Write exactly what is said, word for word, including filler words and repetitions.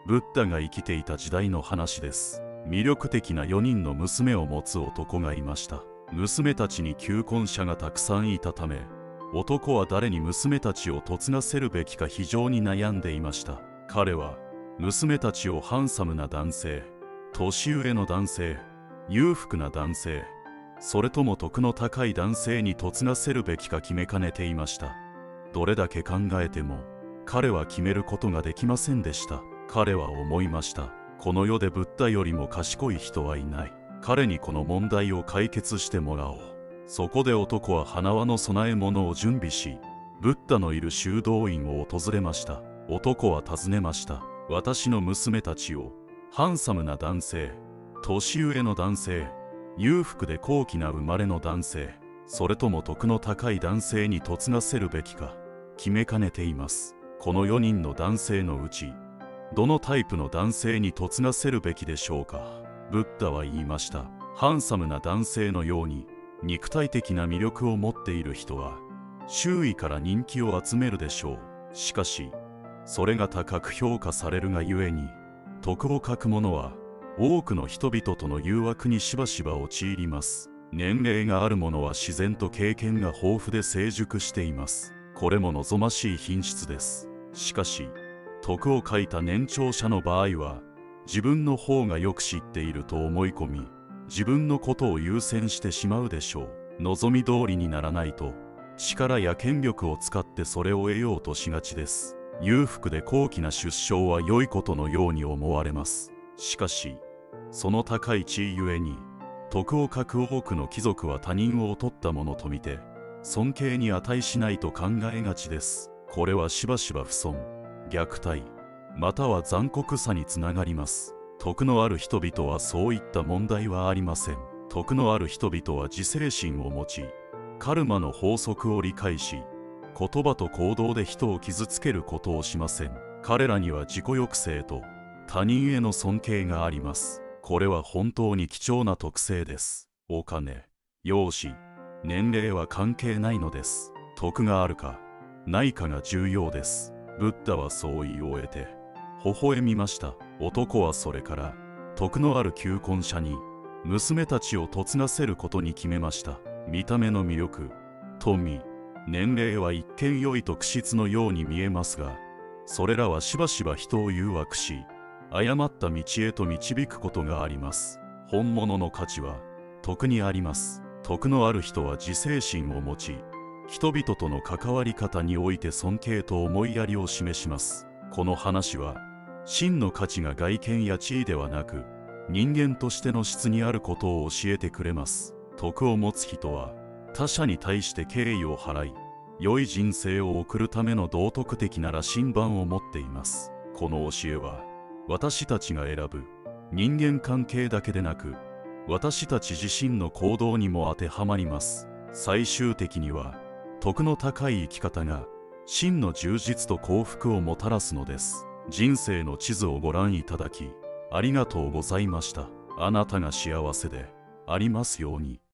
ブッダが生きていた時代の話です。魅力的なよにんの娘を持つ男がいました。娘たちに求婚者がたくさんいたため、男は誰に娘たちを嫁がせるべきか非常に悩んでいました。彼は娘たちをハンサムな男性、年上の男性、裕福な男性、それとも徳の高い男性に嫁がせるべきか決めかねていました。どれだけ考えても彼は決めることができませんでした。彼は思いました。この世でブッダよりも賢い人はいない。彼にこの問題を解決してもらおう。そこで男は花輪の供え物を準備し、ブッダのいる修道院を訪れました。男は尋ねました。私の娘たちをハンサムな男性、年上の男性、裕福で高貴な生まれの男性、それとも徳の高い男性に嫁がせるべきか決めかねています。このよにんの男性のうちどのタイプの男性に嫁がせるべきでしょうか。ブッダは言いました。ハンサムな男性のように肉体的な魅力を持っている人は周囲から人気を集めるでしょう。しかしそれが高く評価されるがゆえに、徳を欠く者は多くの人々との誘惑にしばしば陥ります。年齢がある者は自然と経験が豊富で成熟しています。これも望ましい品質です。しかし徳を欠いた年長者の場合は、自分の方がよく知っていると思い込み、自分のことを優先してしまうでしょう。望み通りにならないと、力や権力を使ってそれを得ようとしがちです。裕福で高貴な出生は良いことのように思われます。しかし、その高い地位ゆえに、徳を欠く多くの貴族は他人を劣ったものとみて、尊敬に値しないと考えがちです。これはしばしば不尊、虐待、または残酷さにつながります。徳のある人々はそういった問題はありません。徳のある人々は自制心を持ち、カルマの法則を理解し、言葉と行動で人を傷つけることをしません。彼らには自己抑制と他人への尊敬があります。これは本当に貴重な特性です。お金、容姿、年齢は関係ないのです。徳があるかないかが重要です。ブッダはそう言い終えて微笑みました。男はそれから徳のある求婚者に娘たちを嫁がせることに決めました。見た目の魅力、富、年齢は一見良い特質のように見えますが、それらはしばしば人を誘惑し、誤った道へと導くことがあります。本物の価値は徳にあります。徳のある人は自制心を持ち、人々との関わり方において尊敬と思いやりを示します。この話は真の価値が外見や地位ではなく、人間としての質にあることを教えてくれます。徳を持つ人は他者に対して敬意を払い、良い人生を送るための道徳的な羅針盤を持っています。この教えは私たちが選ぶ人間関係だけでなく、私たち自身の行動にも当てはまります。最終的には徳の高い生き方が真の充実と幸福をもたらすのです。人生の地図をご覧いただきありがとうございました。あなたが幸せでありますように。